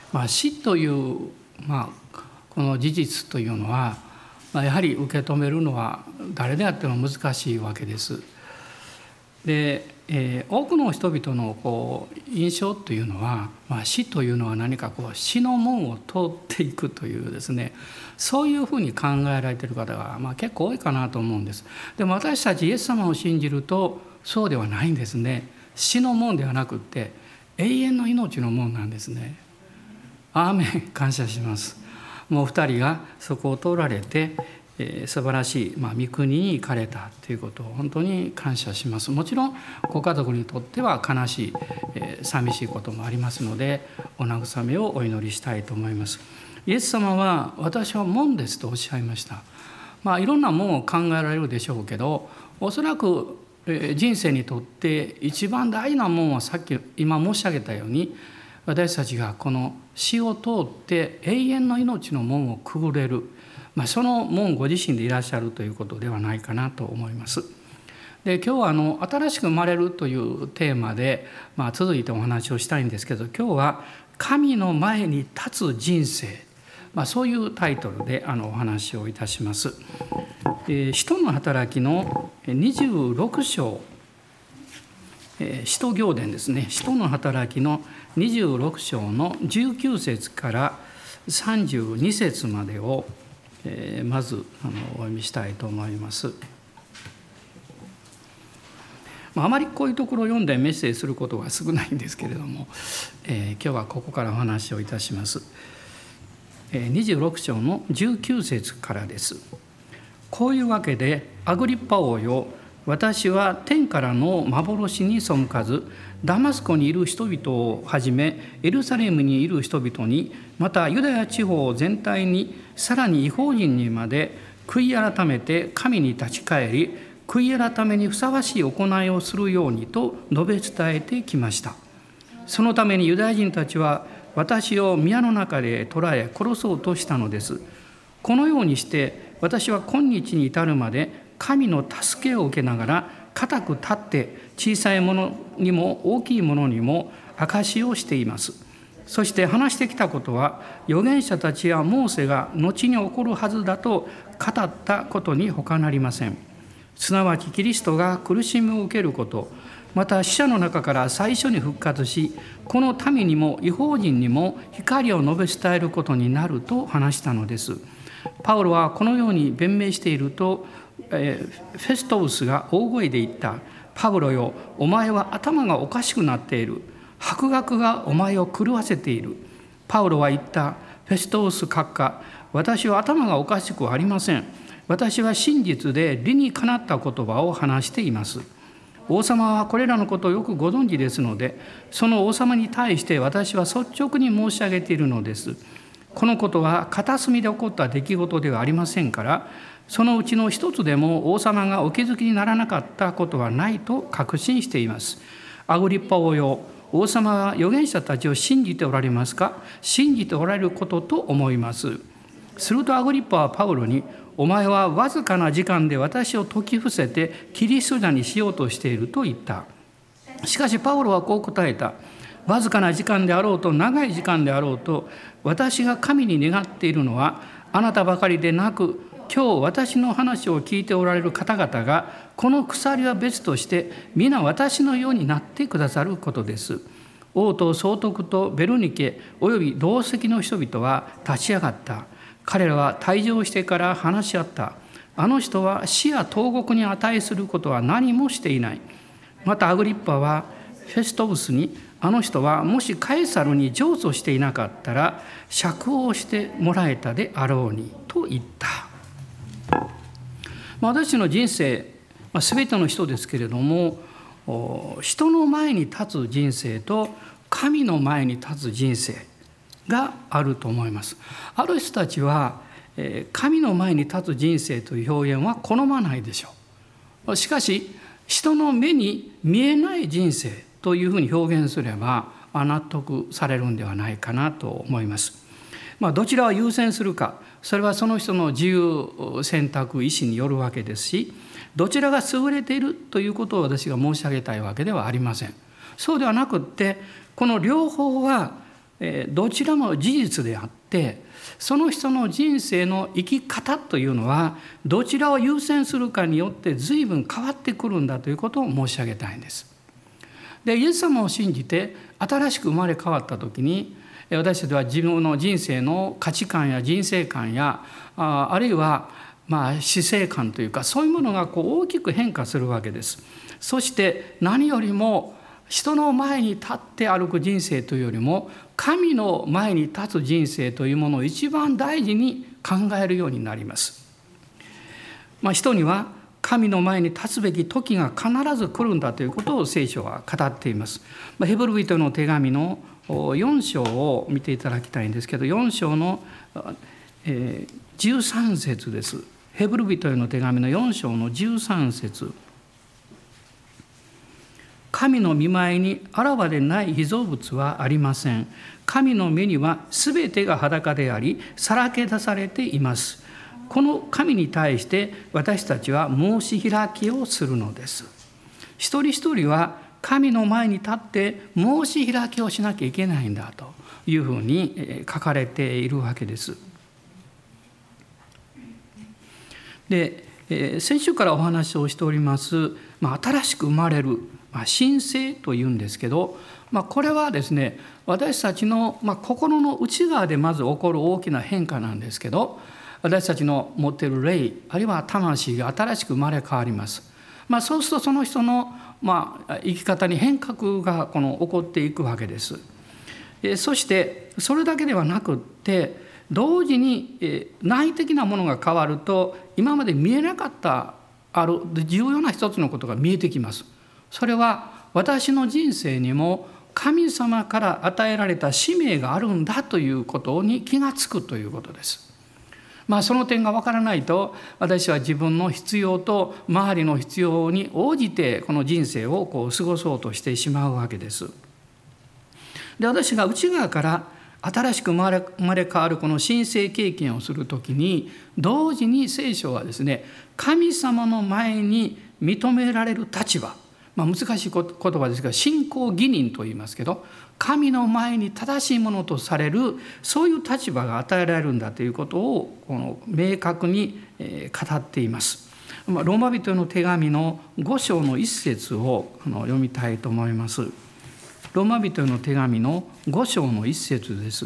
死という、この事実というのは、やはり受け止めるのは誰であっても難しいわけです。で、多くの人々の印象というのは、死というのは何か死の門を通っていくというですね、そういうふうに考えられている方が、結構多いかなと思うんです。でも私たちイエス様を信じるとそうではないんですね。死の門ではなくって永遠の命の門なんですね。アーメン、感謝します。もう2人がそこを通られて、素晴らしい、御国に行かれたということを本当に感謝します。もちろんご家族にとっては悲しい、寂しいこともありますので、お慰めをお祈りしたいと思います。イエス様は私は門ですとおっしゃいました。いろんな門を考えられるでしょうけど、おそらく人生にとって一番大事な門は今申し上げたように、私たちがこの死を通って永遠の命の門をくぐれる、その門ご自身でいらっしゃるということではないかなと思います。で、今日は新しく生まれるというテーマで、続いてお話をしたいんですけど、今日は神の前に立つ人生、そういうタイトルでお話をいたします。使徒の働きの26章、使徒行伝ですね、使徒の働きの26章の19節から32節までをまずお読みしたいと思います。あまりこういうところを読んでメッセージすることが少ないんですけれども、今日はここからお話をいたします。26章の19節からです。こういうわけでアグリッパ王よ、私は天からの幻に背かず、ダマスコにいる人々をはじめエルサレムにいる人々に、またユダヤ地方全体に、さらに異邦人にまで悔い改めて神に立ち返り、悔い改めにふさわしい行いをするようにと述べ伝えてきました。そのためにユダヤ人たちは私を宮の中で捕らえ殺そうとしたのです。このようにして私は今日に至るまで神の助けを受けながら固く立って、小さいものにも大きいものにも証しをしています。そして話してきたことは、預言者たちやモーセが後に起こるはずだと語ったことに他なりません。すなわちキリストが苦しみを受けること、また死者の中から最初に復活し、この民にも異邦人にも光を述べ伝えることになると話したのです。パウロはこのように弁明していると、フェストウスが大声で言った。パウロよ、お前は頭がおかしくなっている。博学がお前を狂わせている。パウロは言った。フェストウス閣下、私は頭がおかしくありません。私は真実で理にかなった言葉を話しています。王様はこれらのことをよくご存知ですので、その王様に対して私は率直に申し上げているのです。このことは片隅で起こった出来事ではありませんから、そのうちの一つでも王様がお気づきにならなかったことはないと確信しています。アグリッパ王よ、王様は預言者たちを信じておられますか？信じておられることと思います。するとアグリッパはパウロに、お前はわずかな時間で私を説き伏せてキリスト者にしようとしていると言った。しかしパウロはこう答えた。わずかな時間であろうと長い時間であろうと、私が神に願っているのは、あなたばかりでなく、今日私の話を聞いておられる方々が、この鎖は別として皆私のようになってくださることです。王と総督とベルニケおよび同席の人々は立ち上がった。彼らは退場してから話し合った。あの人は死や投獄に値することは何もしていない。またアグリッパはフェストウスに、あの人はもしカエサルに上訴していなかったら釈放してもらえたであろうにと言った。私の人生、全ての人ですけれども、人の前に立つ人生と神の前に立つ人生があると思います。ある人たちは神の前に立つ人生という表現は好まないでしょう。しかし人の目に見えない人生というふうに表現すれば納得されるんではないかなと思います。どちらを優先するか、それはその人の自由選択意思によるわけですし、どちらが優れているということを私が申し上げたいわけではありません。そうではなくって、この両方はどちらも事実であって、その人の人生の生き方というのはどちらを優先するかによって随分変わってくるんだということを申し上げたいんです。でイエス様を信じて新しく生まれ変わった時に、私たちは自分の人生の価値観や人生観やあるいは死生観というか、そういうものが大きく変化するわけです。そして何よりも人の前に立って歩く人生というよりも神の前に立つ人生というものを一番大事に考えるようになります。人には神の前に立つべき時が必ず来るんだということを聖書は語っています。ヘブル人の手紙の4章を見ていただきたいんですけど、4章の13節です。ヘブル人への手紙の4章の13節。神の御前にあらわでない被造物はありません。神の目にはすべてが裸であり、さらけ出されています。この神に対して私たちは申し開きをするのです。一人一人は神の前に立って申し開きをしなきゃいけないんだというふうに書かれているわけです。で、先週からお話をしております、新しく生まれる新生というんですけど、これはですね、私たちの心の内側でまず起こる大きな変化なんですけど、私たちの持っている霊あるいは魂が新しく生まれ変わります。そうするとその人の生き方に変革が起こっていくわけです。そしてそれだけではなくって同時に内的なものが変わると今まで見えなかったある重要な一つのことが見えてきます。それは私の人生にも神様から与えられた使命があるんだということに気がつくということです。その点が分からないと私は自分の必要と周りの必要に応じてこの人生を過ごそうとしてしまうわけです。で、私が内側から新しく生まれ変わるこの神聖経験をするときに同時に聖書はですね、神様の前に認められる立場、難しい言葉ですが信仰義人と言いますけど、神の前に正しいものとされるそういう立場が与えられるんだということを明確に語っています。ローマ人の手紙の5章の1節を読みたいと思います。ローマ人の手紙の5章の1節です。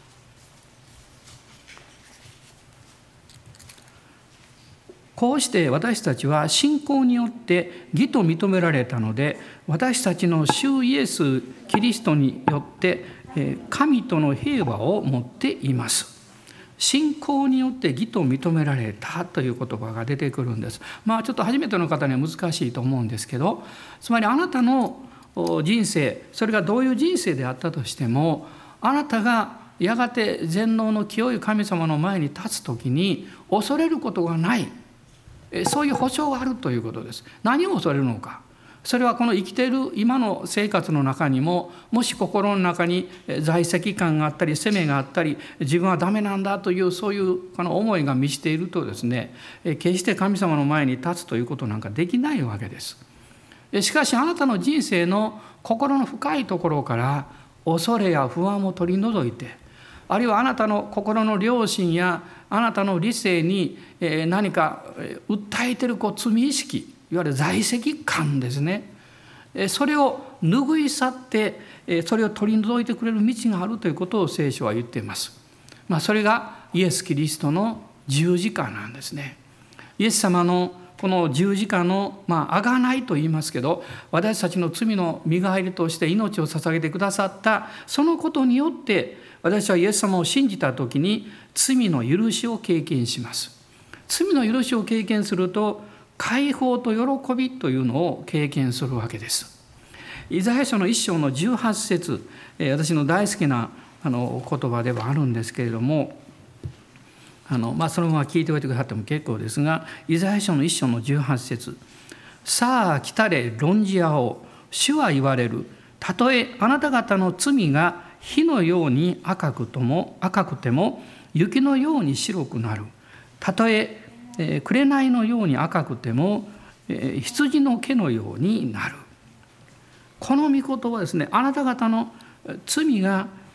こうして私たちは信仰によって義と認められたので、私たちの主イエス・キリストによって神との平和を持っています。信仰によって義と認められたという言葉が出てくるんです。ちょっと初めての方には難しいと思うんですけど、つまりあなたの人生、それがどういう人生であったとしても、あなたがやがて全能の清い神様の前に立つときに恐れることがない、そういう保証があるということです。何を恐れるのか。それはこの生きている今の生活の中にも、もし心の中に在籍感があったり責めがあったり自分はダメなんだというそういう思いが満ちているとですね、決して神様の前に立つということなんかできないわけです。しかしあなたの人生の心の深いところから恐れや不安を取り除いて、あるいはあなたの心の良心やあなたの理性に何か訴えている罪意識、いわゆる在籍感ですね、それを拭い去ってそれを取り除いてくれる道があるということを聖書は言っています。それがイエス・キリストの十字架なんですね。イエス様のこの十字架の贖いと言いますけど、私たちの罪の身代わりとして命を捧げてくださったそのことによって私はイエス様を信じたときに罪の許しを経験します。罪の許しを経験すると解放と喜びというのを経験するわけです。イザヤ書の1章の18節、私の大好きな言葉ではあるんですけれども、そのまま聞いておいてくださっても結構ですが、イザヤ書の1章の18節、さあ来たれ論じ合おう、主は言われる。たとえあなた方の罪が火のように赤くても雪のように白くなる。たとえ紅のように赤くても羊の毛のようになる。この御事はですね、あなた方の罪が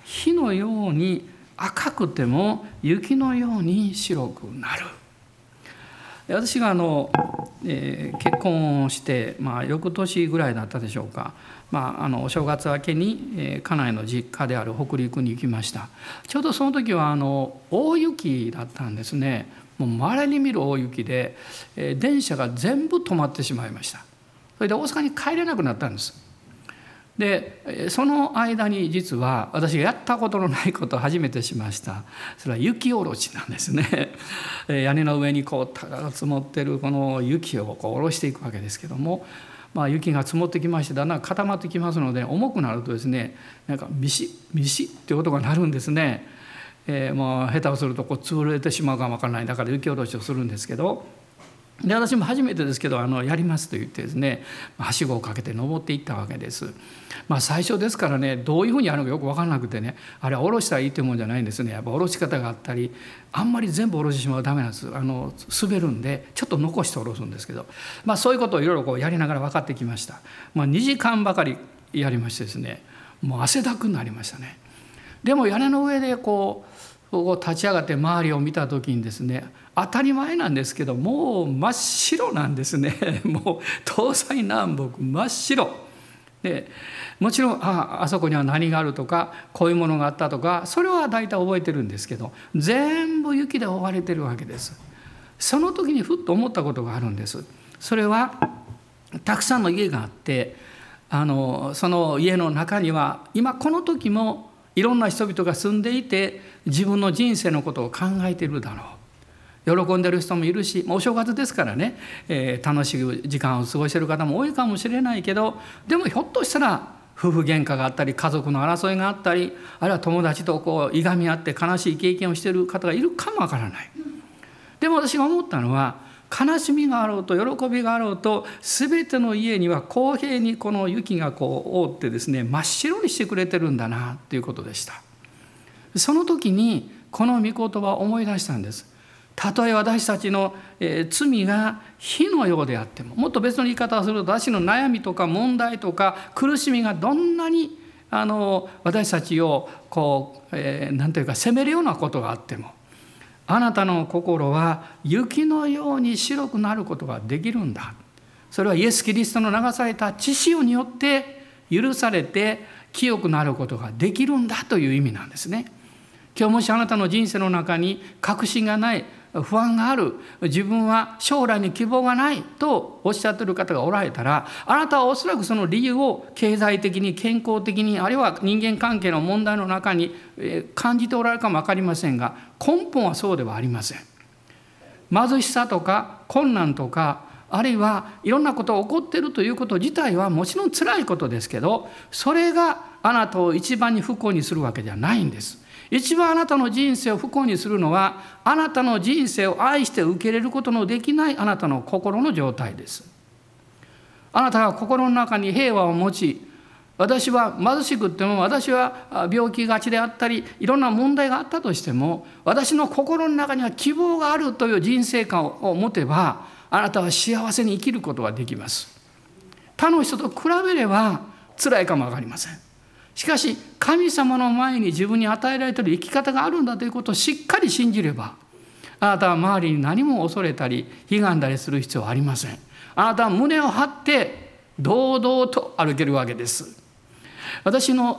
火のように赤くても雪のように白くなる。私が結婚をして、翌年ぐらいだったでしょうか、お正月明けに家内の実家である北陸に行きました。ちょうどその時は大雪だったんですね。もう稀に見る大雪で、電車が全部止まってしまいました。それで大阪に帰れなくなったんです。でその間に実は私がやったことのないことを初めてしました。それは雪下ろしなんですね。屋根の上に高が積もってるこの雪を下ろしていくわけですけども、雪が積もってきましてだんだん固まってきますので、重くなるとですね、なんかミシッミシッって音が鳴るんですね。もう下手をすると潰れてしまうかもわからない。だから雪下ろしをするんですけど、で私も初めてですけどやりますと言ってですね、はしごをかけて登っていったわけです。最初ですからね、どういうふうにやるのかよく分からなくてね、あれは下ろしたらいいってもんじゃないんですね。やっぱ下ろし方があったり、あんまり全部下ろしてしまうとダメなんです。滑るんでちょっと残して下ろすんですけど、そういうことをいろいろやりながら分かってきました。2時間ばかりやりましてですね、もう汗だくになりましたね。でも屋根の上で立ち上がって周りを見た時にですね、当たり前なんですけどもう真っ白なんですね。もう東西南北真っ白で、もちろんあそこには何があるとかこういうものがあったとか、それは大体覚えてるんですけど、全部雪で覆われてるわけです。その時にふっと思ったことがあるんです。それはたくさんの家があって、その家の中には今この時もいろんな人々が住んでいて、自分の人生のことを考えているだろう。喜んでる人もいるし、お正月ですからね、楽しい時間を過ごしている方も多いかもしれないけど、でもひょっとしたら夫婦喧嘩があったり、家族の争いがあったり、あるいは友達といがみ合って悲しい経験をしている方がいるかもわからない。でも私が思ったのは、悲しみがあろうと喜びがあろうと、全ての家には公平にこの雪が覆ってですね、真っ白にしてくれてるんだなということでした。その時にこの御言葉を思い出したんです。たとえ私たちの罪が火のようであっても、もっと別の言い方をすると、私の悩みとか問題とか苦しみがどんなに私たちをなんというか責めるようなことがあっても、あなたの心は雪のように白くなることができるんだ。それはイエス・キリストの流された血潮によって許されて清くなることができるんだという意味なんですね。今日もしあなたの人生の中に確信がない、不安がある、自分は将来に希望がないとおっしゃっている方がおられたら、あなたはおそらくその理由を経済的に健康的に、あるいは人間関係の問題の中に感じておられるかも分かりませんが、根本はそうではありません。貧しさとか困難とか、あるいはいろんなことが起こっているということ自体はもちろん辛いことですけど、それがあなたを一番に不幸にするわけではないんです。一番あなたの人生を不幸にするのは、あなたの人生を愛して受け入れることのできないあなたの心の状態です。あなたが心の中に平和を持ち、私は貧しくっても、私は病気がちであったり、いろんな問題があったとしても、私の心の中には希望があるという人生観を持てば、あなたは幸せに生きることができます。他の人と比べれば辛いかもわかりません。しかし神様の前に自分に与えられている生き方があるんだということをしっかり信じれば、あなたは周りに何も恐れたり悲願だりする必要はありません。あなたは胸を張って堂々と歩けるわけです。私の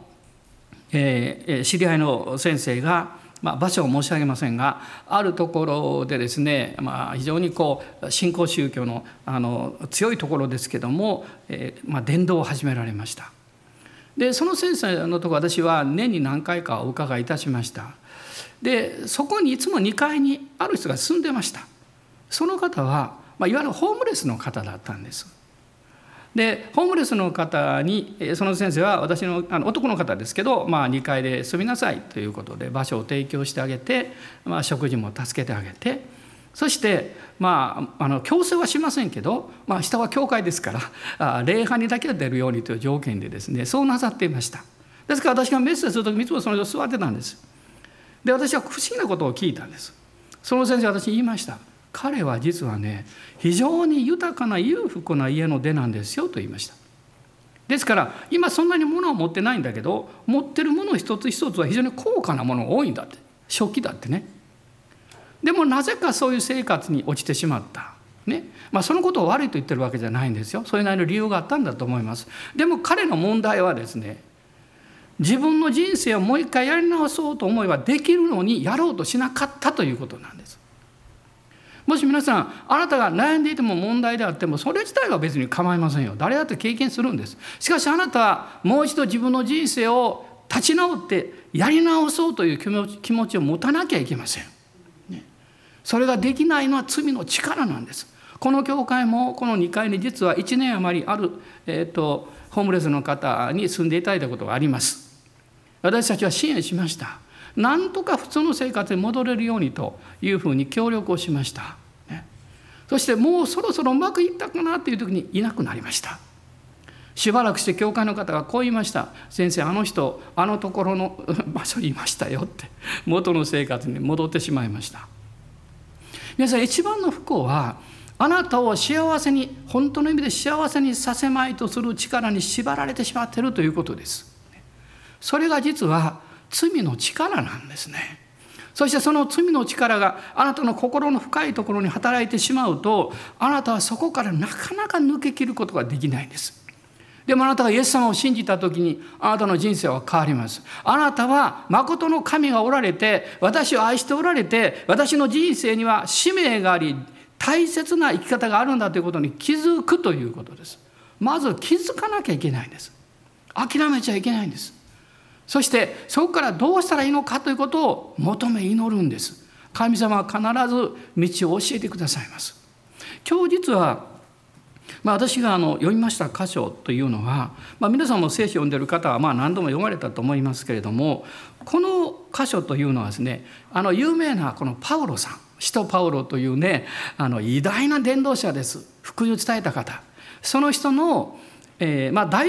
知り合いの先生が、場所を申し上げませんが、あるところでですね、非常に新興宗教の強いところですけども、伝道を始められました。でその先生のところ、私は年に何回かお伺いいたしました。でそこにいつも2階にある人が住んでました。その方は、いわゆるホームレスの方だったんです。でホームレスの方にその先生は、私の男の方ですけど、2階で住みなさいということで場所を提供してあげて、食事も助けてあげて、そして強制はしませんけど、下は教会ですから礼拝にだけは出るようにという条件でですね、そうなさっていました。ですから私がメッセージする時いつもその人座ってたんです。で私は不思議なことを聞いたんです。その先生は私に言いました。彼は実はね、非常に豊かな裕福な家の出なんですよと言いました。 ですから今そんなに物は持ってないんだけど、持ってるもの一つ一つは非常に高価なものが多いんだって。食器だってね。でもなぜかそういう生活に落ちてしまった。ね。そのことを悪いと言ってるわけじゃないんですよ。それなりの理由があったんだと思います。でも彼の問題はですね、自分の人生をもう一回やり直そうと思えばできるのにやろうとしなかったということなんです。もし皆さん、あなたが悩んでいても問題であっても、それ自体は別に構いませんよ。誰だって経験するんです。しかしあなたはもう一度自分の人生を立ち直ってやり直そうという気持ちを持たなきゃいけません。それができないのは罪の力なんです。この教会もこの2階に実は1年余りある、ホームレスの方に住んでいただいたことがあります。私たちは支援しました。なんとか普通の生活に戻れるようにというふうに協力をしました。そしてもうそろそろうまくいったかなという時にいなくなりました。しばらくして教会の方がこう言いました。先生、あの人あのところの場所にいましたよって。元の生活に戻ってしまいました。皆さん、一番の不幸はあなたを幸せに、本当の意味で幸せにさせまいとする力に縛られてしまっているということです。それが実は罪の力なんですね。そしてその罪の力があなたの心の深いところに働いてしまうと、あなたはそこからなかなか抜けきることができないんです。でもあなたがイエス様を信じた時にあなたの人生は変わります。あなたは誠の神がおられて、私を愛しておられて、私の人生には使命があり大切な生き方があるんだということに気づくということです。まず気づかなきゃいけないんです。諦めちゃいけないんです。そしてそこからどうしたらいいのかということを求め祈るんです。神様は必ず道を教えてくださいます。今日実は私が読みました箇所というのは、皆さんも聖書を読んでいる方は何度も読まれたと思いますけれども、この箇所というのはですね、有名なこのパウロさん、使徒パウロというね、偉大な伝道者です。福音を伝えた方。その人の、第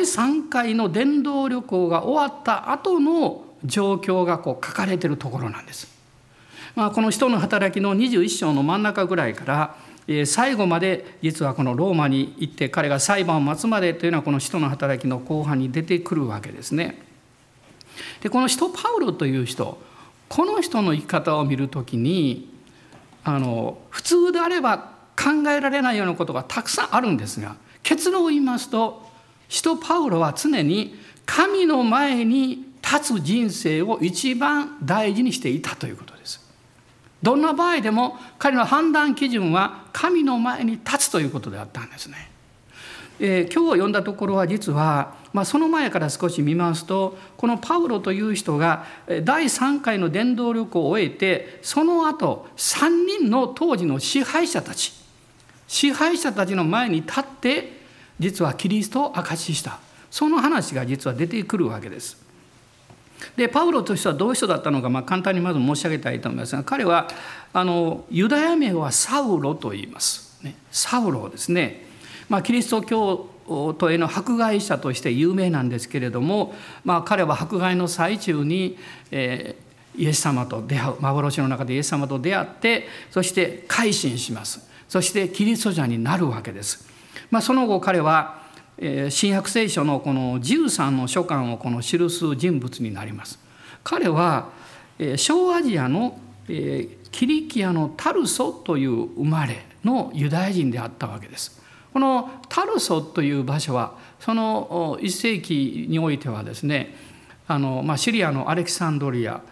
3回の伝道旅行が終わった後の状況が書かれているところなんです。この使徒の働きの21章の真ん中ぐらいから最後まで、実はこのローマに行って彼が裁判を待つまでというのはこの使徒の働きの後半に出てくるわけですね。でこの使徒パウロという人、この人の生き方を見るときに普通であれば考えられないようなことがたくさんあるんですが、結論を言いますと、使徒パウロは常に神の前に立つ人生を一番大事にしていたということです。どんな場合でも彼の判断基準は神の前に立つということであったんですね。今日読んだところは実は、その前から少し見ますと、このパウロという人が第3回の伝道旅行を終えて、その後3人の当時の支配者たちの前に立って実はキリストを証しした、その話が実は出てくるわけです。でパウロとしてはどういう人だったのか、簡単にまず申し上げたいと思いますが、彼はユダヤ名はサウロと言います、ね、サウロですね。キリスト教徒への迫害者として有名なんですけれども、彼は迫害の最中に、イエス様と出会う、幻の中でイエス様と出会って、そして改心します。そしてキリスト者になるわけです。その後彼は新約聖書のこの13の書簡を記す人物になります。彼は小アジアのキリキアのタルソという生まれのユダヤ人であったわけです。このタルソという場所はその1世紀においてはですね、シリアのアレキサンドリア、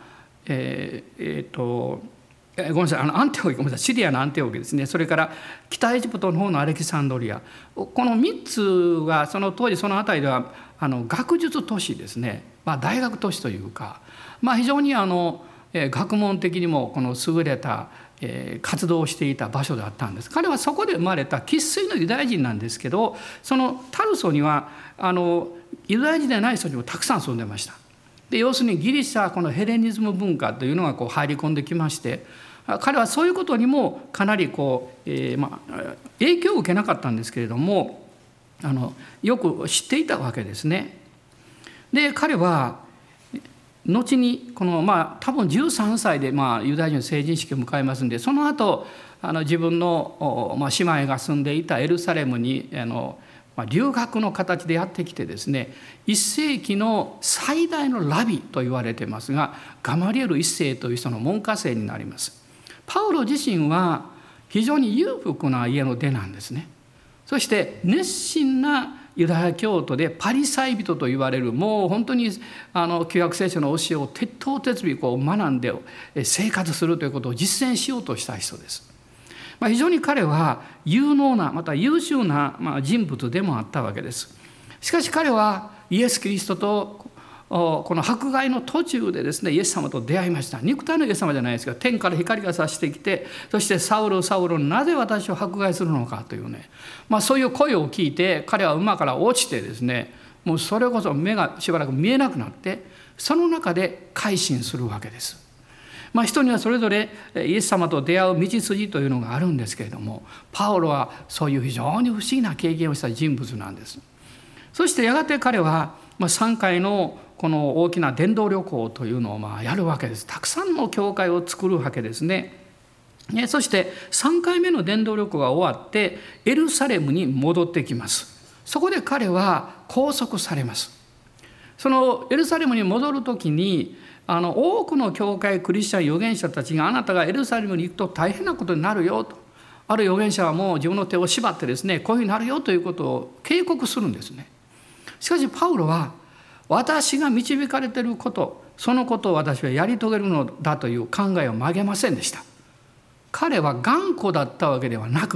ごめんなさい、アンテオキ、ごめんなさい、シリアのアンテオキですね、それから北エジプトの方のアレキサンドリア、この3つがその当時その辺りでは学術都市ですね、大学都市というか、非常に学問的にもこの優れた活動をしていた場所であったんです。彼はそこで生まれた生粋のユダヤ人なんですけど、そのタルソにはユダヤ人でない人にもたくさん住んでました。で要するにギリシャ、このヘレニズム文化というのが入り込んできまして、彼はそういうことにもかなり影響を受けなかったんですけれども、よく知っていたわけですね。で彼は後に多分13歳でユダヤ人の成人式を迎えますんで、その後自分の姉妹が住んでいたエルサレムに留学の形でやってきてですね、1世紀の最大のラビと言われてますが、ガマリエル1世という人の門下生になります。パウロ自身は非常に裕福な家の出なんですね。そして熱心なユダヤ教徒でパリサイ人と言われる、もう本当に旧約聖書の教えを徹頭徹尾学んで生活するということを実践しようとした人です。非常に彼は有能な、また優秀な人物でもあったわけです。しかし彼はイエス・キリストとこの迫害の途中でですね、イエス様と出会いました。肉体のイエス様じゃないですが、天から光が差してきて、そしてサウロサウロ、なぜ私を迫害するのかというね、そういう声を聞いて、彼は馬から落ちてですね、もうそれこそ目がしばらく見えなくなって、その中で改心するわけです。人にはそれぞれイエス様と出会う道筋というのがあるんですけれども、パウロはそういう非常に不思議な経験をした人物なんです。そしてやがて彼は3回のこの大きな伝道旅行というのをやるわけです。たくさんの教会を作るわけですね。そして3回目の伝道旅行が終わってエルサレムに戻ってきます。そこで彼は拘束されます。そのエルサレムに戻るときに多くの教会クリスチャン預言者たちが、あなたがエルサレムに行くと大変なことになるよと、ある預言者はもう自分の手を縛ってですね、こういうふうになるよということを警告するんですね。しかしパウロは、私が導かれていること、そのことを私はやり遂げるのだという考えを曲げませんでした。彼は頑固だったわけではなくって、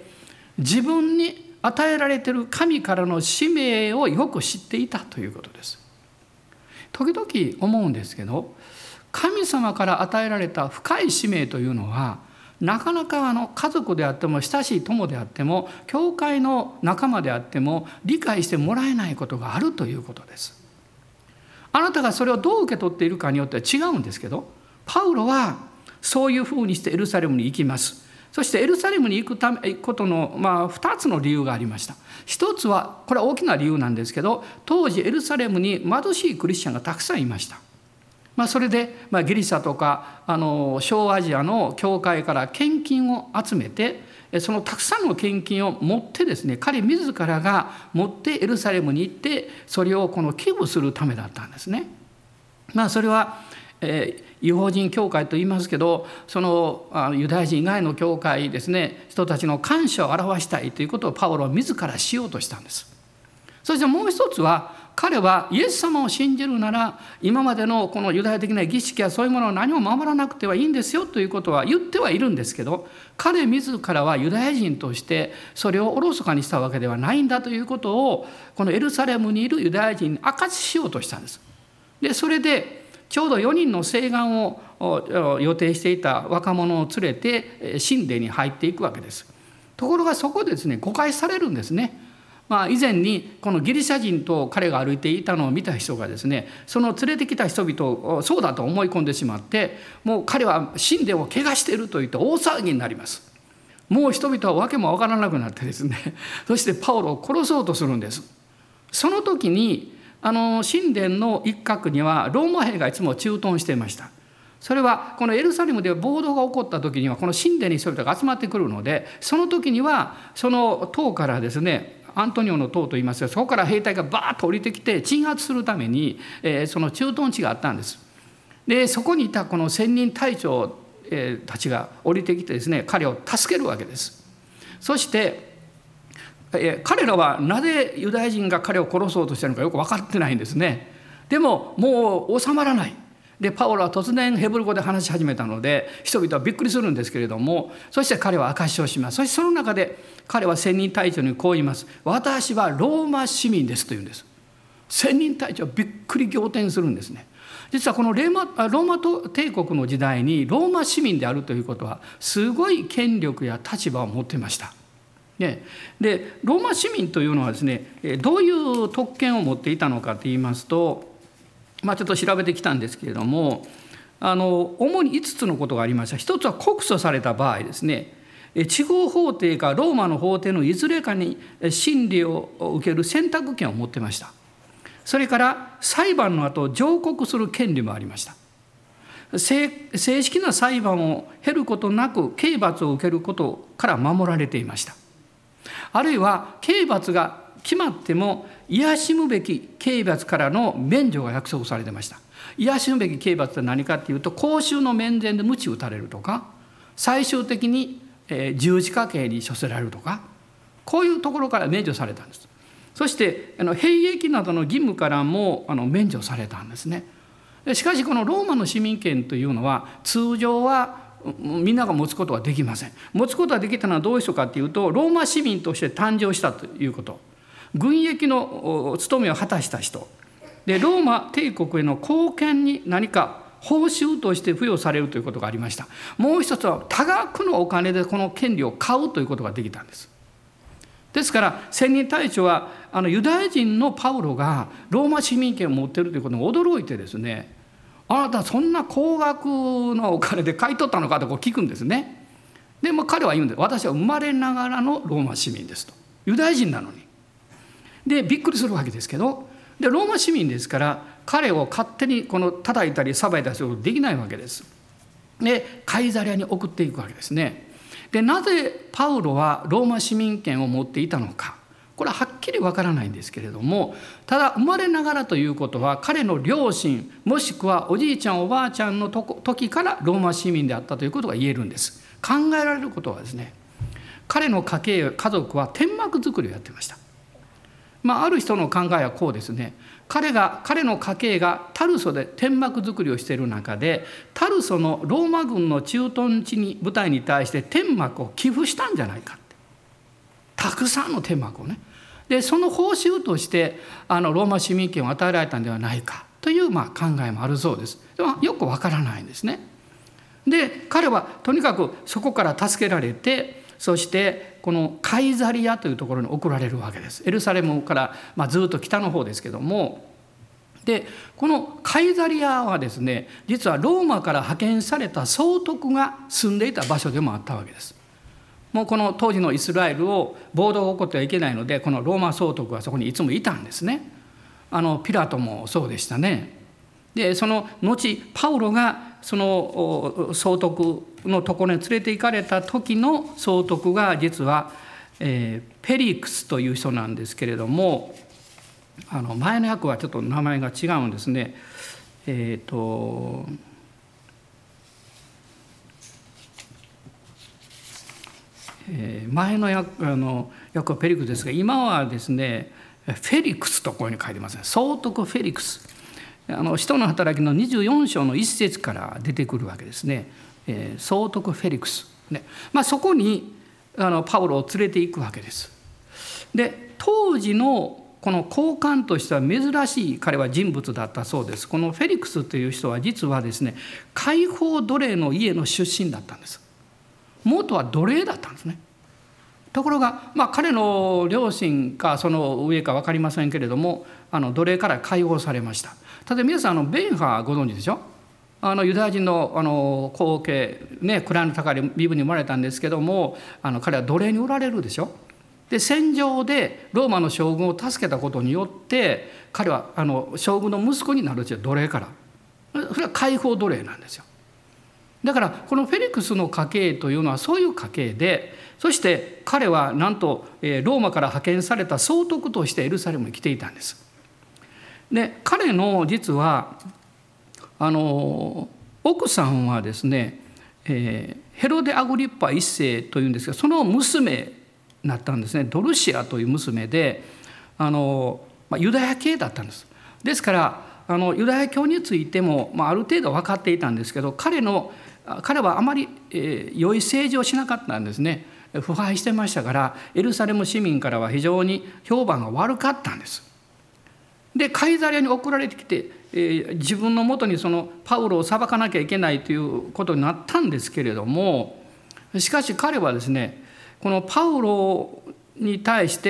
自分に与えられている神からの使命をよく知っていたということです。時々思うんですけど、神様から与えられた深い使命というのは、なかなか家族であっても親しい友であっても教会の仲間であっても理解してもらえないことがあるということです。あなたがそれをどう受け取っているかによっては違うんですけど、パウロはそういうふうにしてエルサレムに行きます。そしてエルサレムに行くことの2つの理由がありました。一つは、これは大きな理由なんですけど、当時エルサレムに貧しいクリスチャンがたくさんいました。それでギリシャとか小アジアの教会から献金を集めて、そのたくさんの献金を持ってですね、彼自らが持ってエルサレムに行ってそれを寄付するためだったんですね。それは違法人教会と言いますけど、そのユダヤ人以外の教会ですね、人たちの感謝を表したいということをパウロは自らしようとしたんです。そしてもう一つは、彼はイエス様を信じるなら今までのこのユダヤ的な儀式やそういうものを何も守らなくてはいいんですよということは言ってはいるんですけど、彼自らはユダヤ人としてそれをおろそかにしたわけではないんだということを、このエルサレムにいるユダヤ人に明かしようとしたんです。でそれでちょうど4人の誓願を予定していた若者を連れて神殿に入っていくわけです。ところがそこでですね、誤解されるんですね。以前にこのギリシャ人と彼が歩いていたのを見た人がですね、その連れてきた人々をそうだと思い込んでしまって、もう彼は神殿を汚していると言って大騒ぎになります。もう人々は訳も分からなくなってですね、そしてパウロを殺そうとするんです。その時に神殿の一角にはローマ兵がいつも駐屯していました。それはこのエルサレムで暴動が起こった時にはこの神殿に人々が集まってくるので、その時にはその塔からですね、アントニオの塔といいますが、そこから兵隊がバーッと降りてきて鎮圧するために、その駐屯地があったんです。でそこにいたこの千人隊長たちが降りてきてですね、彼を助けるわけです。そして彼らはなぜユダヤ人が彼を殺そうとしているのかよく分かってないんですね。でももう収まらない。でパウロは突然ヘブル語で話し始めたので人々はびっくりするんですけれども、そして彼は証しをします。そしてその中で彼は千人隊長にこう言います。私はローマ市民ですと言うんです。千人隊長はびっくり仰天するんですね。実はこのローマ帝国の時代にローマ市民であるということはすごい権力や立場を持っていました。でローマ市民というのはですね、どういう特権を持っていたのかといいますと、ちょっと調べてきたんですけれども、主に5つのことがありました。一つは告訴された場合ですね、地方法廷かローマの法廷のいずれかに審理を受ける選択権を持っていました。それから裁判の後上告する権利もありました。正式な裁判を経ることなく刑罰を受けることから守られていました。あるいは刑罰が決まっても癒しむべき刑罰からの免除が約束されてました。癒しむべき刑罰って何かっていうと、公衆の面前で鞭打たれるとか、最終的に十字架刑に処せられるとか、こういうところから免除されたんです。そして兵役などの義務からも免除されたんですね。しかしこのローマの市民権というのは通常はみんなが持つことはできません。持つことができたのはどういう人かというと、ローマ市民として誕生したということ、軍役の務めを果たした人で、ローマ帝国への貢献に何か報酬として付与されるということがありました。もう一つは多額のお金でこの権利を買うということができたんです。ですから千人隊長はユダヤ人のパウロがローマ市民権を持っているということに驚いてですね、あなたそんな高額のお金で買い取ったのかとこう聞くんですね。でも彼は言うんです。私は生まれながらのローマ市民ですと。ユダヤ人なのに。でびっくりするわけですけど、でローマ市民ですから彼を勝手に叩いたり裁いたりすることできないわけです。でカイザリアに送っていくわけですね。でなぜパウロはローマ市民権を持っていたのか、これははっきりわからないんですけれども、ただ生まれながらということは彼の両親もしくはおじいちゃんおばあちゃんの時からローマ市民であったということが言えるんです。考えられることはですね、彼の家族は天幕作りをやってました。ある人の考えはこうですね。彼の家系がタルソで天幕作りをしている中で、タルソのローマ軍の駐屯地に部隊に対して天幕を寄付したんじゃないかって、たくさんの天幕をね。でその報酬としてローマ市民権を与えられたんではないかという考えもあるそうです。でもよくわからないんですね。で彼はとにかくそこから助けられて、そしてこのカイザリアというところに送られるわけです。エルサレムからずっと北の方ですけども、でこのカイザリアはですね、実はローマから派遣された総督が住んでいた場所でもあったわけです。もうこの当時のイスラエルを暴動が起こってはいけないので、このローマ総督はそこにいつもいたんですね。ピラトもそうでしたね。でその後パウロがその総督のところに連れて行かれた時の総督が実はペリクスという人なんですけれども、前の訳はちょっと名前が違うんですね。前の訳はペリクスですが、今はですねフェリクスとこういうふうに書いてますね。総督フェリクス、使徒の働きの24章の一節から出てくるわけですね。総督フェリクス、ね、そこにパウロを連れて行くわけです。で当時のこの高官としては珍しい彼は人物だったそうです。このフェリクスという人は実はですね、解放奴隷の家の出身だったんです。元は奴隷だったんですね。ところが、彼の両親かその上か分かりませんけれども、奴隷から解放されました。ただ皆さんベンハーご存知でしょ。ユダヤ人の後継ね、位の高い身分に生まれたんですけども、彼は奴隷に売られるでしょ。で戦場でローマの将軍を助けたことによって彼は将軍の息子になるんですよ、奴隷から。それは解放奴隷なんですよ。だからこのフェリクスの家系というのはそういう家系で、そして彼はなんとローマから派遣された総督としてエルサレムに来ていたんです。で彼の実は奥さんはですね、ヘロデ・アグリッパ一世というんですが、その娘になったんですね。ドルシアという娘でユダヤ系だったんです。ですからユダヤ教についても、ある程度分かっていたんですけど、彼はあまり、良い政治をしなかったんですね。腐敗してましたから、エルサレム市民からは非常に評判が悪かったんです。でカイザリアに送られてきて、自分のもとにそのパウロを裁かなきゃいけないということになったんですけれども、しかし彼はですね、このパウロに対して、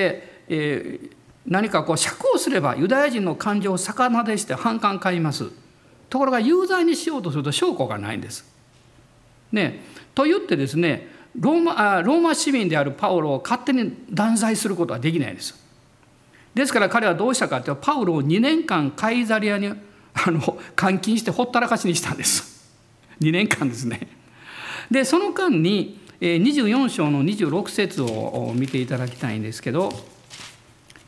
何か釈放すればユダヤ人の感情を逆なでして反感買います。ところが有罪にしようとすると証拠がないんです。ね、と言ってですね、ローマ市民であるパウロを勝手に断罪することはできないんです。ですから彼はどうしたかというと、パウロを2年間カイザリアに監禁してほったらかしにしたんです。2年間ですね。でその間に24章の26節を見ていただきたいんですけど、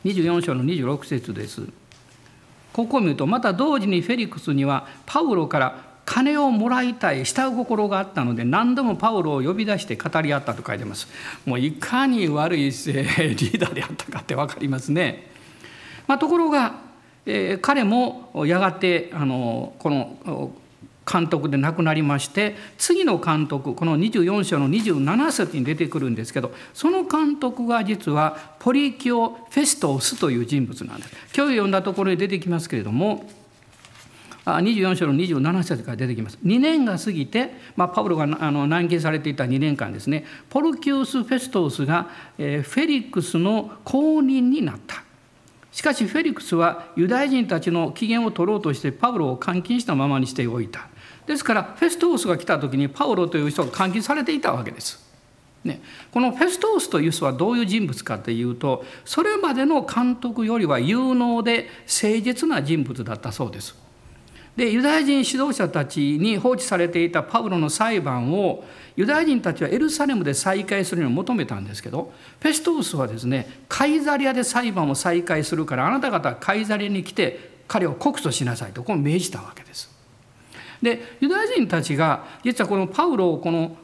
24章の26節です。ここを見ると、また同時にフェリクスにはパウロから金をもらいたい下心があったので、何度もパウロを呼び出して語り合ったと書いてます。もういかに悪いリーダーであったかって分かりますね。ところが、彼もやがてこの監督で亡くなりまして、次の監督、この24章の27節に出てくるんですけど、その監督が実はポリキオ・フェストウスという人物なんです。今日読んだところに出てきますけれども、24章の27節から出てきます。2年が過ぎて、パウロが軟禁されていた2年間ですね、ポルキウス・フェストウスがフェリクスの後任になった。しかしフェリクスはユダヤ人たちの機嫌を取ろうとしてパウロを監禁したままにしておいた。ですからフェストウスが来た時にパウロという人が監禁されていたわけです。このフェストウスという人はどういう人物かというと、それまでの監督よりは有能で誠実な人物だったそうです。で、ユダヤ人指導者たちに放置されていたパウロの裁判をユダヤ人たちはエルサレムで再開するように求めたんですけど、フェストウスはですね、カイザリアで裁判を再開するから、あなた方はカイザリアに来て彼を告訴しなさいとこう命じたわけです。で、ユダヤ人たちが実はこのパウロを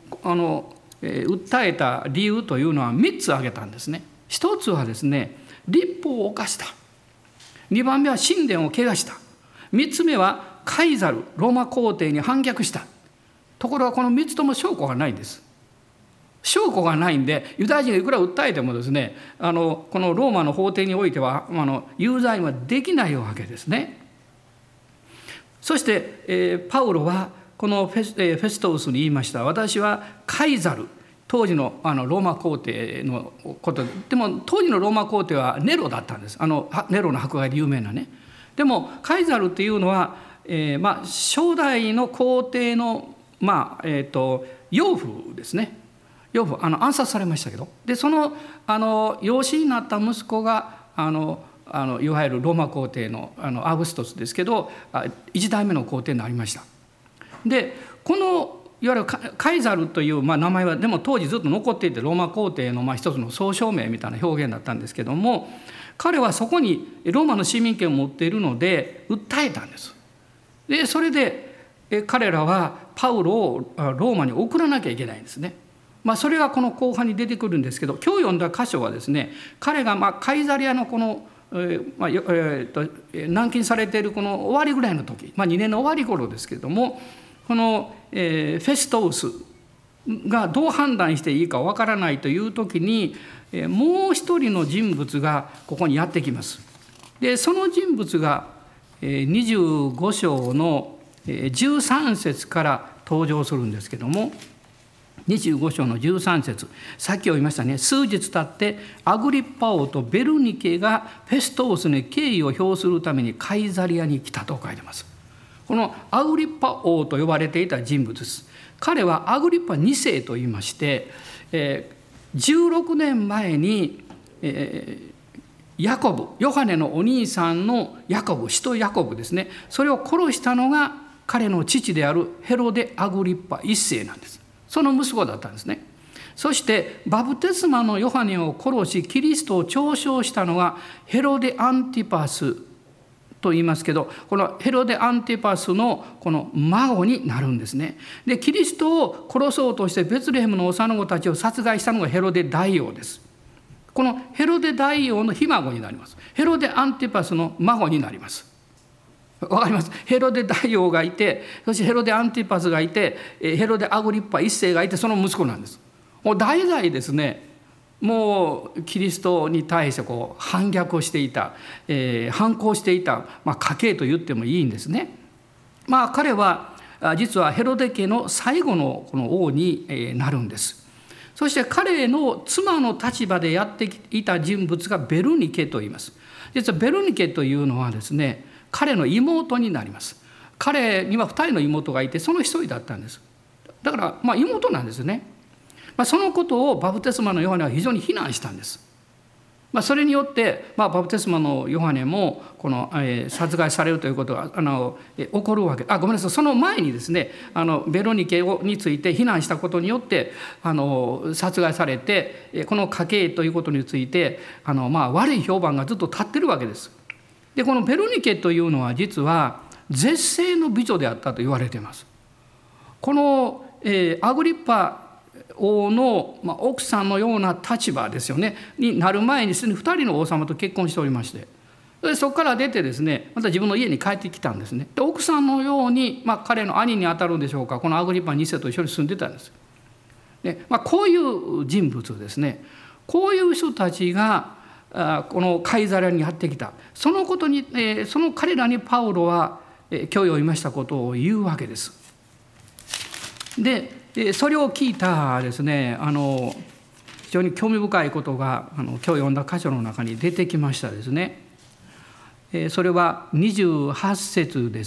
訴えた理由というのは3つ挙げたんですね。1つはですね、律法を犯した。2番目は神殿を汚した。3つ目はカイザル、ローマ皇帝に反逆した。ところがこの3つとも証拠がないんです。証拠がないんで、ユダヤ人がいくら訴えてもですね、このローマの法廷においては有罪はできないわけですね。そして、パウロはこのフェストウスに言いました。私はカイザル、当時のローマ皇帝のことでも、当時のローマ皇帝はネロだったんです。ネロの迫害で有名なね。でもカイザルっていうのは、初代の皇帝の、養父ですね。養父暗殺されましたけど、でその養子になった息子がいわゆるローマ皇帝のアウグストスですけど、1代目の皇帝になりました。でこのいわゆるカイザルという名前はでも当時ずっと残っていて、ローマ皇帝の一つの総称名みたいな表現だったんですけども、彼はそこにローマの市民権を持っているので訴えたんです。でそれで彼らはパウロをローマに送らなきゃいけないんですね。それがこの後半に出てくるんですけど、今日読んだ箇所はですね、彼がカイザリアのこの軟禁されているこの終わりぐらいの時、2年の終わり頃ですけれども、このフェストウスがどう判断していいかわからないという時に、もう一人の人物がここにやってきます。でその人物が25章の13節から登場するんですけども、25章の13節、さっき読みましたね。数日経ってアグリッパ王とベルニケがフェストウスに敬意を表するためにカイザリアに来たと書いてます。このアグリッパ王と呼ばれていた人物です。彼はアグリッパ2世といいまして、16年前にヤコブ、ヨハネのお兄さんのヤコブ、使徒ヤコブですね、それを殺したのが彼の父であるヘロデ・アグリッパ1世なんです。その息子だったんですね。そしてバプテスマのヨハネを殺しキリストを嘲笑したのがヘロデ・アンティパスと言いますけど、このヘロデ・アンティパスのこの孫になるんですね。でキリストを殺そうとしてベツレヘムの幼子たちを殺害したのがヘロデ大王です。このヘロデ大王のひ孫になります。ヘロデ・アンティパスの孫になります。わかります。ヘロデ大王がいて、そしてヘロデ・アンティパスがいて、ヘロデ・アグリッパ1世がいて、その息子なんです。もう代々ですね、もうキリストに対して反逆をしていた、反抗していた、家系と言ってもいいんですね。彼は実はヘロデ家の最後のこの王になるんです。そして彼の妻の立場でやっていた人物がベルニケと言います。実はベルニケというのはですね、彼の妹になります。彼には2人の妹がいて、その1人だったんです。だから妹なんですね。そのことをバプテスマのヨハネは非常に非難したんです。 それによって、バプテスマのヨハネもこの、殺害されるということが起こるわけ。ごめんなさい、その前にですね、ベロニケについて非難したことによって殺害されて、この家系ということについて悪い評判がずっと立ってるわけです。でこのベロニケというのは実は絶世の美女であったと言われています。この、アグリッパ王の、奥さんのような立場ですよねになる前にすでに2人の王様と結婚しておりまして、でそこから出てですねまた自分の家に帰ってきたんですね。で奥さんのように、彼の兄にあたるんでしょうか、このアグリッパ2世と一緒に住んでたんです。で、こういう人物ですね。こういう人たちがこのカイザリアにやってきた。そのことに、その彼らにパウロは教義を言いしたことを言うわけです。でそれを聞いたですね非常に興味深いことが今日読んだ箇所の中に出てきましたですね。それは28節です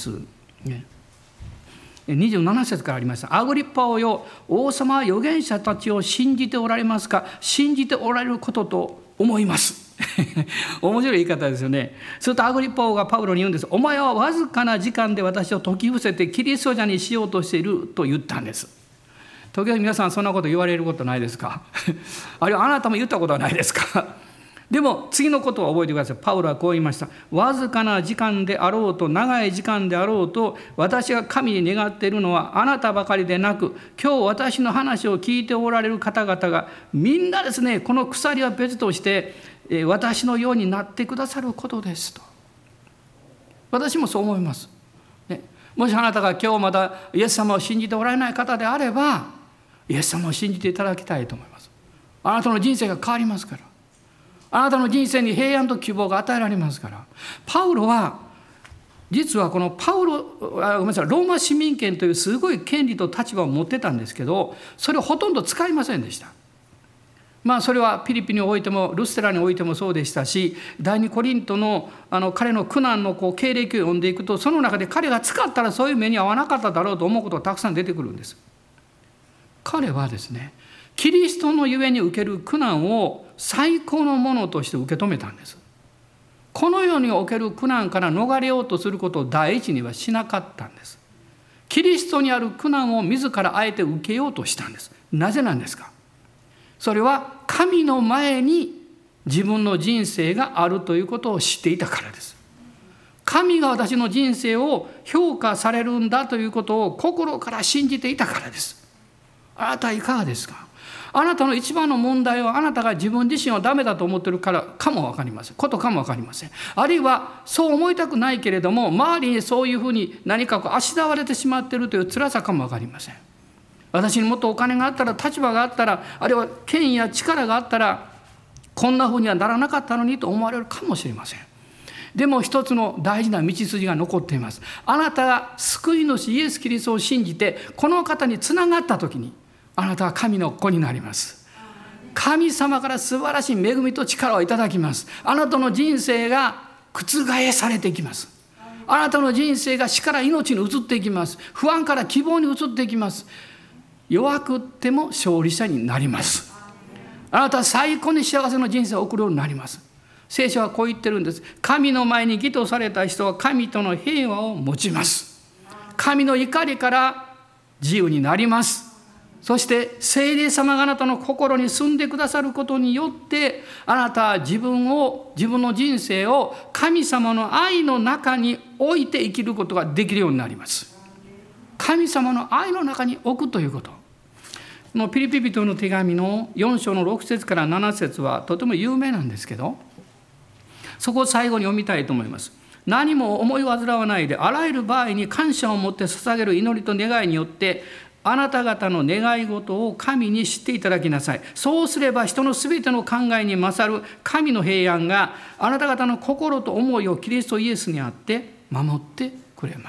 。27節からありました。アグリッパ王よ、王様は預言者たちを信じておられますか。信じておられることと思います面白い言い方ですよね。するとアグリッパ王がパウロに言うんです。お前はわずかな時間で私を説き伏せてキリスト者にしようとしていると言ったんです。時々皆さんそんなこと言われることないですかあるいはあなたも言ったことはないですかでも次のことを覚えてください。パウロはこう言いました。わずかな時間であろうと長い時間であろうと私が神に願っているのはあなたばかりでなく、今日私の話を聞いておられる方々がみんなですね、この鎖は別として私のようになってくださることですと。私もそう思います、ね、もしあなたが今日まだイエス様を信じておられない方であれば、イエス様を信じていただきたいと思います。あなたの人生が変わりますから。あなたの人生に平安と希望が与えられますから。パウロは実はこのローマ市民権というすごい権利と立場を持ってたんですけど、それをほとんど使いませんでした。それはピリピにおいてもルステラにおいてもそうでしたし、第二コリントの彼の苦難の経歴を読んでいくと、その中で彼が使ったらそういう目に遭わなかっただろうと思うことがたくさん出てくるんです。彼はですね、キリストのゆえに受ける苦難を最高のものとして受け止めたんです。この世における苦難から逃れようとすることを第一にはしなかったんです。キリストにある苦難を自らあえて受けようとしたんです。なぜなんですか。それは神の前に自分の人生があるということを知っていたからです。神が私の人生を評価されるんだということを心から信じていたからです。あなたいかがですか。あなたの一番の問題はあなたが自分自身をダメだと思っているからかも分かりません。ことかも分かりません。あるいはそう思いたくないけれども周りにそういうふうに何かあしらわれてしまっているという辛さかも分かりません。私にもっとお金があったら、立場があったら、あるいは権威や力があったらこんなふうにはならなかったのにと思われるかもしれません。でも一つの大事な道筋が残っています。あなたが救い主イエス・キリストを信じてこの方につながった時に、あなたは神の子になります。神様から素晴らしい恵みと力をいただきます。あなたの人生が覆されていきます。あなたの人生が死から命に移っていきます。不安から希望に移っていきます。弱くっても勝利者になります。あなたは最高に幸せな人生を送るようになります。聖書はこう言ってるんです。神の前に義とされた人は神との平和を持ちます。神の怒りから自由になります。そして聖霊様があなたの心に住んでくださることによって、あなたは自分の人生を神様の愛の中に置いて生きることができるようになります。神様の愛の中に置くということ。このピリピ人の手紙の4章の6節から7節はとても有名なんですけど、そこを最後に読みたいと思います。何も思い煩わないで、あらゆる場合に感謝を持って捧げる祈りと願いによってあなた方の願い事を神に知っていただきなさい。そうすれば人のすべての考えに勝る神の平安があなた方の心と思いをキリストイエスにあって守ってくれます。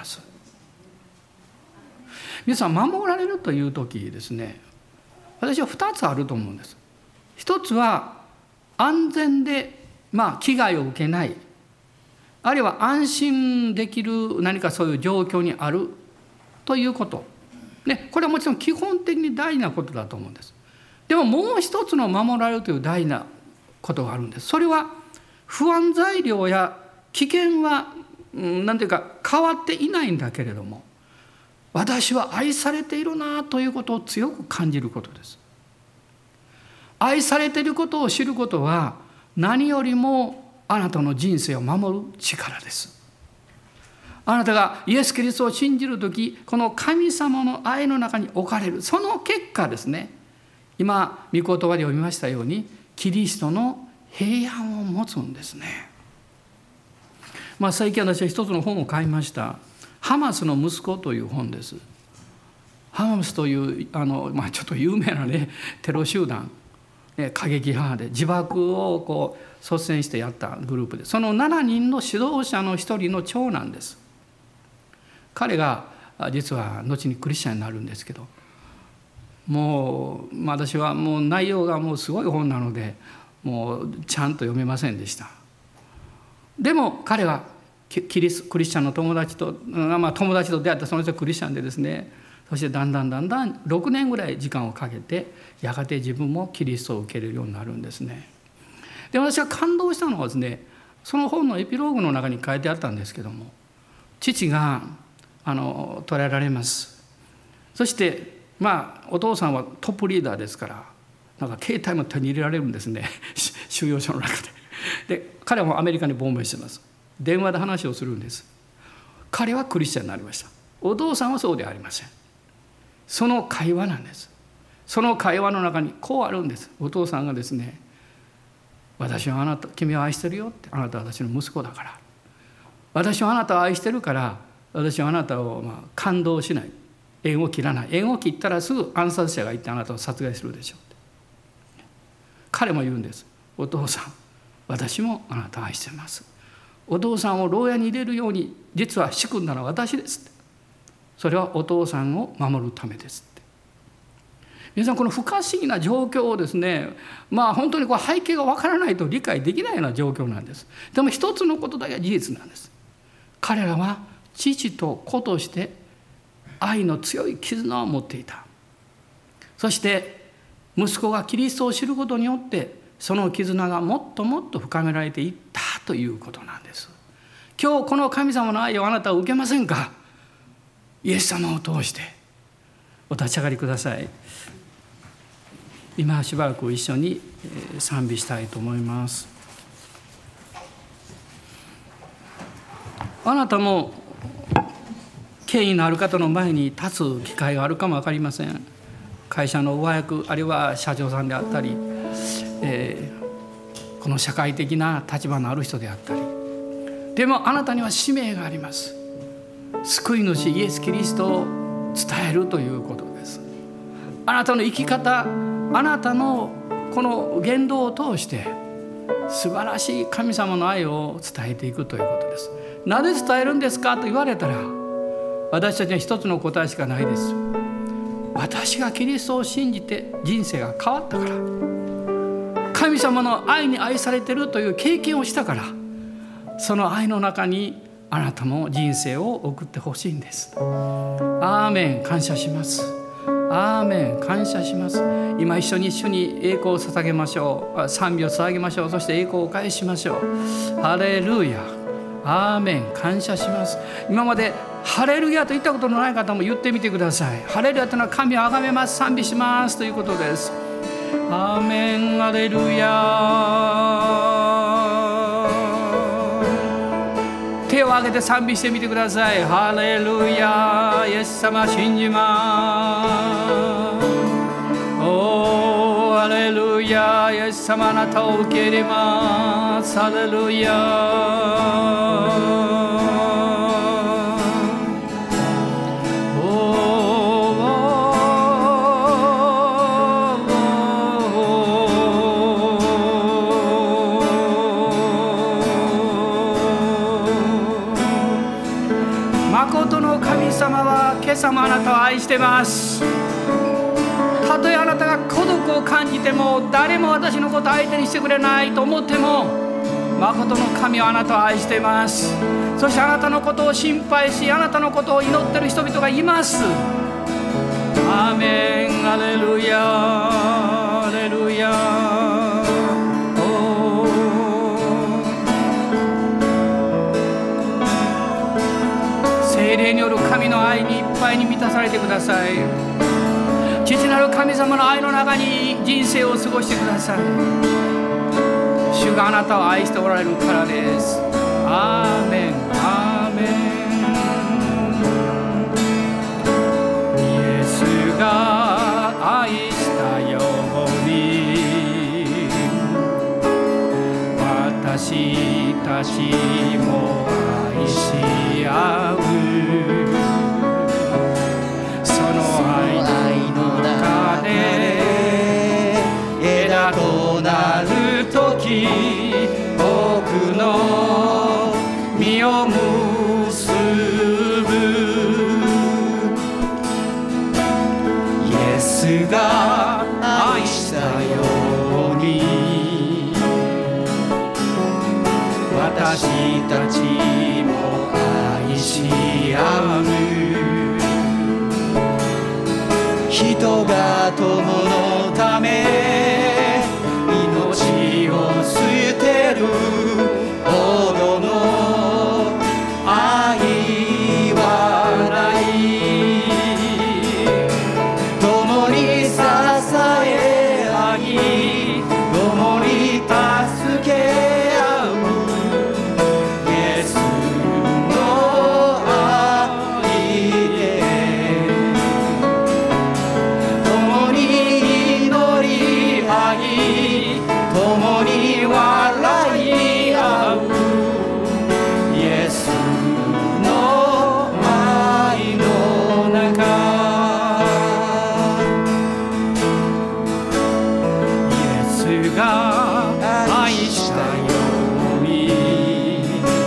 皆さん、守られるという時ですね、私は2つあると思うんです。一つは安全で危害を受けない、あるいは安心できる何かそういう状況にあるということね、これはもちろん基本的に大事なことだと思うんです。でももう一つの守られるという大事なことがあるんです。それは不安材料や危険はなんていうか変わっていないんだけれども、私は愛されているなということを強く感じることです。愛されていることを知ることは何よりもあなたの人生を守る力です。あなたがイエス・キリストを信じるとき、この神様の愛の中に置かれる、その結果ですね、今御言葉で読みましたようにキリストの平安を持つんですね。最近私は一つの本を買いました。ハマスの息子という本です。ハマスというちょっと有名なねテロ集団、過激派で自爆を率先してやったグループで、その7人の指導者の一人の長男です。彼が実は後にクリスチャンになるんですけど、もう私はもう内容がもうすごい本なのでもうちゃんと読めませんでした。でも彼はクリスチャンの友達と出会った。その人はクリスチャンでですね、そしてだんだん6年ぐらい時間をかけてやがて自分もキリストを受けるようになるんですね。で、私が感動したのはですね、その本のエピローグの中に書いてあったんですけども、父が捕らえられます。そしてお父さんはトップリーダーですから、携帯も手に入れられるんですね収容所の中で。で、彼はもうアメリカに亡命してます。電話で話をするんです。彼はクリスチャンになりました。お父さんはそうではありません。その会話なんです。その会話の中にこうあるんです。お父さんがですね、私は君を愛してるよって、あなたは私の息子だから、私はあなたを愛してるから、私はあなたを感動しない、縁を切らない、縁を切ったらすぐ暗殺者がいてあなたを殺害するでしょうって。彼も言うんです。お父さん、私もあなたを愛しています。お父さんを牢屋に入れるように実は仕組んだのは私ですって。それはお父さんを守るためですって。皆さん、この不可思議な状況をですね、本当に背景がわからないと理解できないような状況なんです。でも一つのことだけは事実なんです。彼らは父と子として愛の強い絆を持っていた。そして息子がキリストを知ることによってその絆がもっともっと深められていったということなんです。今日この神様の愛をあなたは受けませんか？イエス様を通してお立ち上がりください。今しばらく一緒に賛美したいと思います。あなたも権威のある方の前に立つ機会があるかも分かりません。会社の上役、あるいは社長さんであったり、この社会的な立場のある人であったり、でもあなたには使命があります。救い主イエス・キリストを伝えるということです。あなたの生き方、あなたのこの言動を通して素晴らしい神様の愛を伝えていくということです。なぜ伝えるんですかと言われたら、私たちには一つの答えしかないです。私がキリストを信じて人生が変わったから、神様の愛に愛されているという経験をしたから、その愛の中にあなたも人生を送ってほしいんです。アーメン。感謝します。アーメン。感謝します。今一緒に主に栄光を捧げましょう。賛美を捧げましょう。そして栄光をお返ししましょう。ハレルヤ。アーメン。感謝します。今までハレルヤと言ったことのない方も言ってみてください。ハレルヤというのは神をあがめます、賛美しますということです。アーメン。ハレルヤ。手を挙げて賛美してみてください。ハレルヤ。イエス様信じます。おー、ハレルヤ。イエス様あなたを受け入れます。ハレルヤ。神様は今朝もあなたを愛しています。たとえあなたが孤独を感じても、誰も私のことを相手にしてくれないと思っても、誠の神はあなたを愛しています。そしてあなたのことを心配し、あなたのことを祈っている人々がいます。アーメン。ハレルヤ。ハレルヤ。 愛に満たされてください。父なる神様の愛の中に人生を過ごしてください。主があなたを愛しておられるからです。アーメンアーメン。イエスが愛したように私たちも愛し合う。その愛の中で枝となるとき僕の実を結ぶ。イエスが愛したように私たちも愛し合う。人が友のため命を捨てるほどの愛はない。共に支え合い共に助け合うイエスの愛で共に祈り合い共に笑い合うイエスの愛の中。イエスが愛したように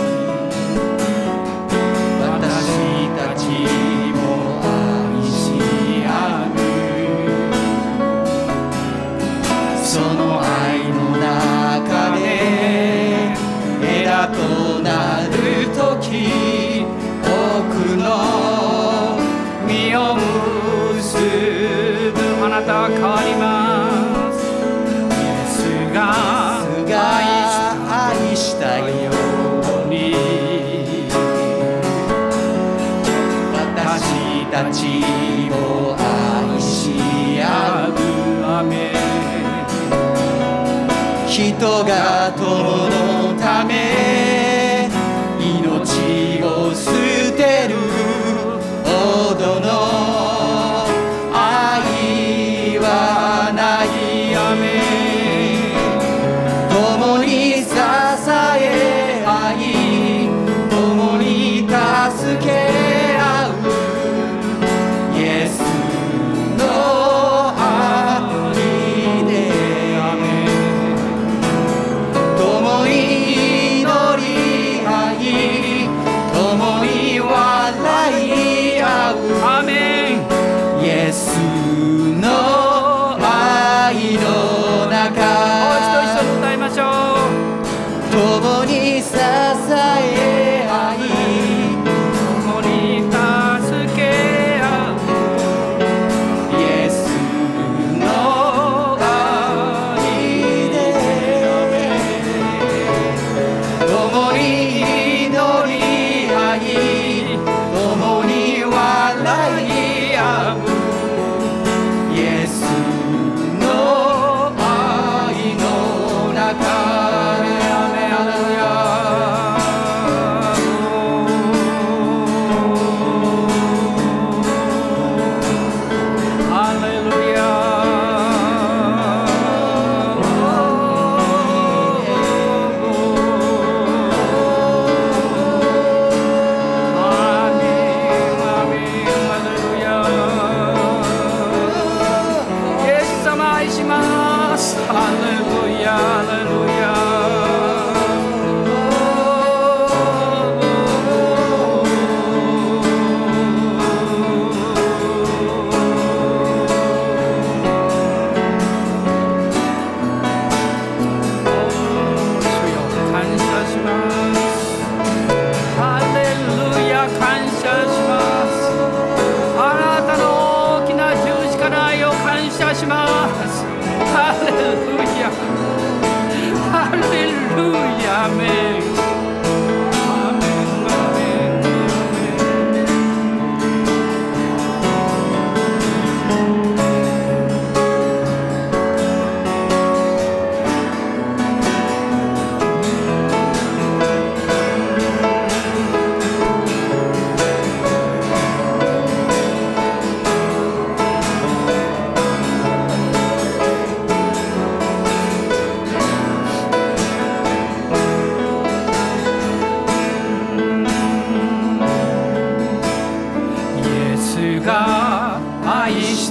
私たちも愛し合う。その愛の中で枝となるとき僕の実を結ぶ。あなたは変わります。イエスが愛したように私たちも愛し合う。アメン。人が友のため命を捨てるほどの愛はない。アメン。共に支え合い共に助け合うイエスの愛で。アメン。共に祈り合い共に笑い合う。アメン。イエスの愛の中。もう一度一緒に歌いましょう。共に支え合い共に助け合うイエスの愛で。共に祈り合い共に笑い合うイエスの愛の中。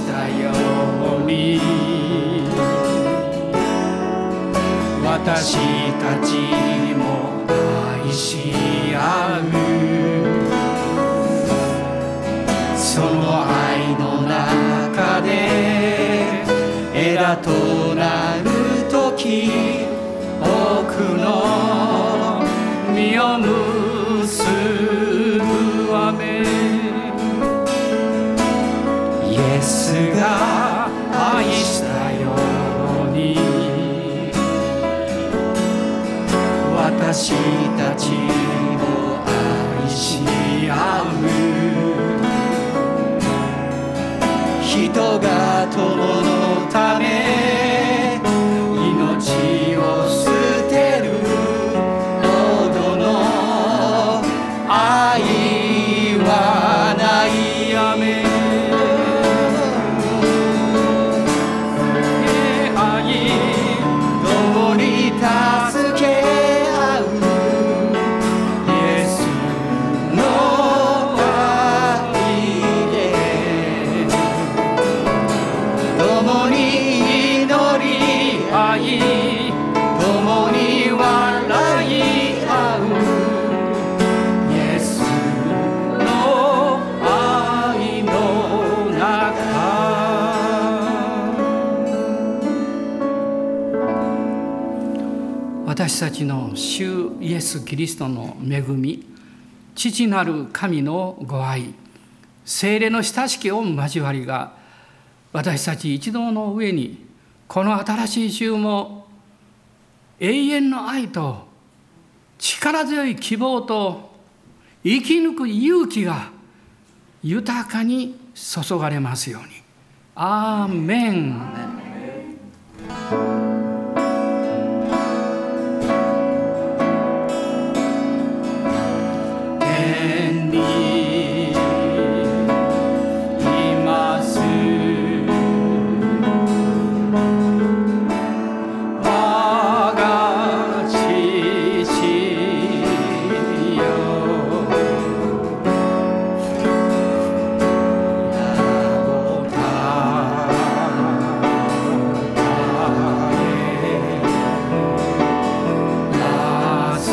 したように私たちも愛し合う。その愛の中で枝となるとき、多くの実を結ぶ雨。イエスが愛したように私たちも愛し合う。人が友のため命を捨てるほどの愛はない雨。共に助け合うイエスの愛で、共に祈り合い、共に笑い合うイエスの愛の中。私たちの主イエス・キリストの恵み、父なる神のご愛、聖霊の親しき御交わりが私たち一同の上にこの新しい週も永遠の愛と力強い希望と生き抜く勇気が豊かに注がれますように。アーメン。天にいます我が父よ、名をたたえます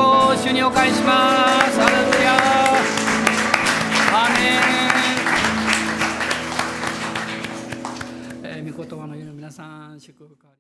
主にお返しします。ハレルヤ。アーメン。 さん祝福あり